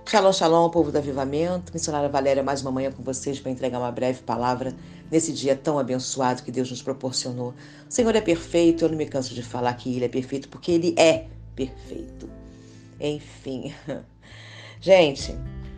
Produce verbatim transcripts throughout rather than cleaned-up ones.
Shalom, shalom, povo do Avivamento. Missionária Valéria, mais uma manhã com vocês para entregar uma breve palavra nesse dia tão abençoado que Deus nos proporcionou. O Senhor é perfeito, eu não me canso de falar que Ele é perfeito, porque Ele é perfeito. Enfim. Gente,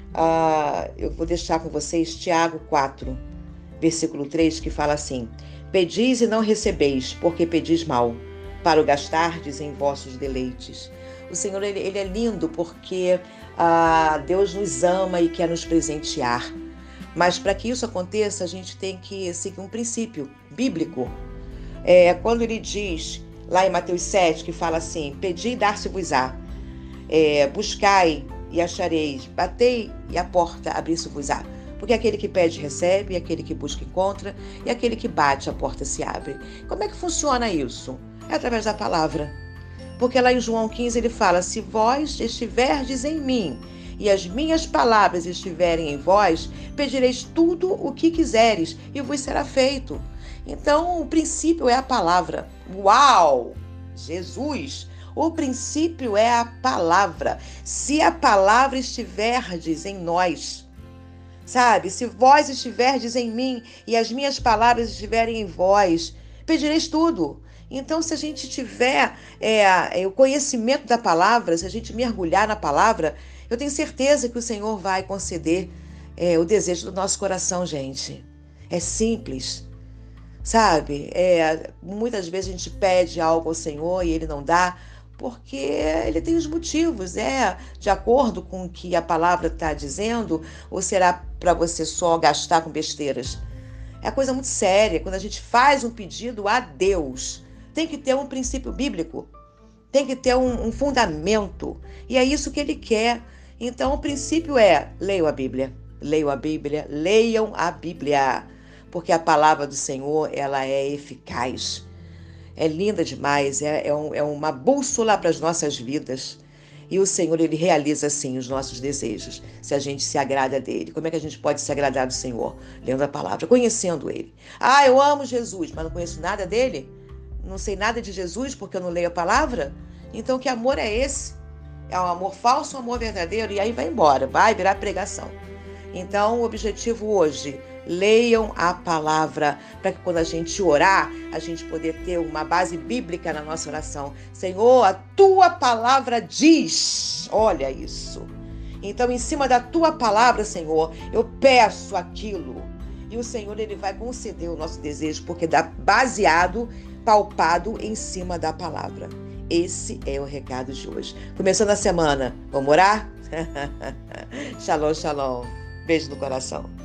uh, eu vou deixar com vocês Tiago quatro, versículo três, que fala assim: Pedis e não recebeis, porque pedis mal, para o gastardes em vossos deleites. O Senhor, ele, ele é lindo porque ah, Deus nos ama e quer nos presentear. Mas para que isso aconteça, a gente tem que seguir um princípio bíblico. É, quando ele diz, lá em Mateus sete, que fala assim: Pedi e dar-se-vos-á, é, buscai e achareis, batei e a porta abrir-se-vos-á. Porque aquele que pede recebe, aquele que busca encontra, e aquele que bate a porta se abre. Como é que funciona isso? É através da palavra. Porque lá em João quinze ele fala: se vós estiverdes em mim e as minhas palavras estiverem em vós, pedireis tudo o que quiseres e vos será feito. Então o princípio é a palavra. Uau! Jesus! O princípio é a palavra. Se a palavra estiverdes em nós, sabe? Se vós estiverdes em mim e as minhas palavras estiverem em vós, pedireis tudo. Então, se a gente tiver é, o conhecimento da palavra, se a gente mergulhar na palavra, eu tenho certeza que o Senhor vai conceder é, o desejo do nosso coração, gente. É simples, sabe? É, muitas vezes a gente pede algo ao Senhor e Ele não dá, porque Ele tem os motivos. É de acordo com o que a palavra está dizendo, ou será para você só gastar com besteiras? É coisa muito séria. Quando a gente faz um pedido a Deus, tem que ter um princípio bíblico, tem que ter um, um fundamento, e é isso que Ele quer. Então o princípio é: leiam a Bíblia, leiam a Bíblia, leiam a Bíblia, porque a palavra do Senhor, ela é eficaz, é linda demais, é, é, um, é uma bússola para as nossas vidas. E o Senhor, Ele realiza, sim, os nossos desejos, se a gente se agrada dEle. Como é que a gente pode se agradar do Senhor? Lendo a palavra, conhecendo Ele. Ah, eu amo Jesus, mas não conheço nada dEle? Não sei nada de Jesus porque eu não leio a palavra? Então, que amor é esse? É um amor falso ou um amor verdadeiro? E aí vai embora, vai virar pregação. Então, o objetivo hoje: leiam a palavra, para que quando a gente orar, a gente poder ter uma base bíblica na nossa oração. Senhor, a tua palavra diz, olha isso. Então, em cima da tua palavra, Senhor, eu peço aquilo. E o Senhor, Ele vai conceder o nosso desejo, porque dá baseado, palpado em cima da palavra. Esse é o recado de hoje. Começando a semana, vamos orar? Shalom, shalom. Beijo no coração.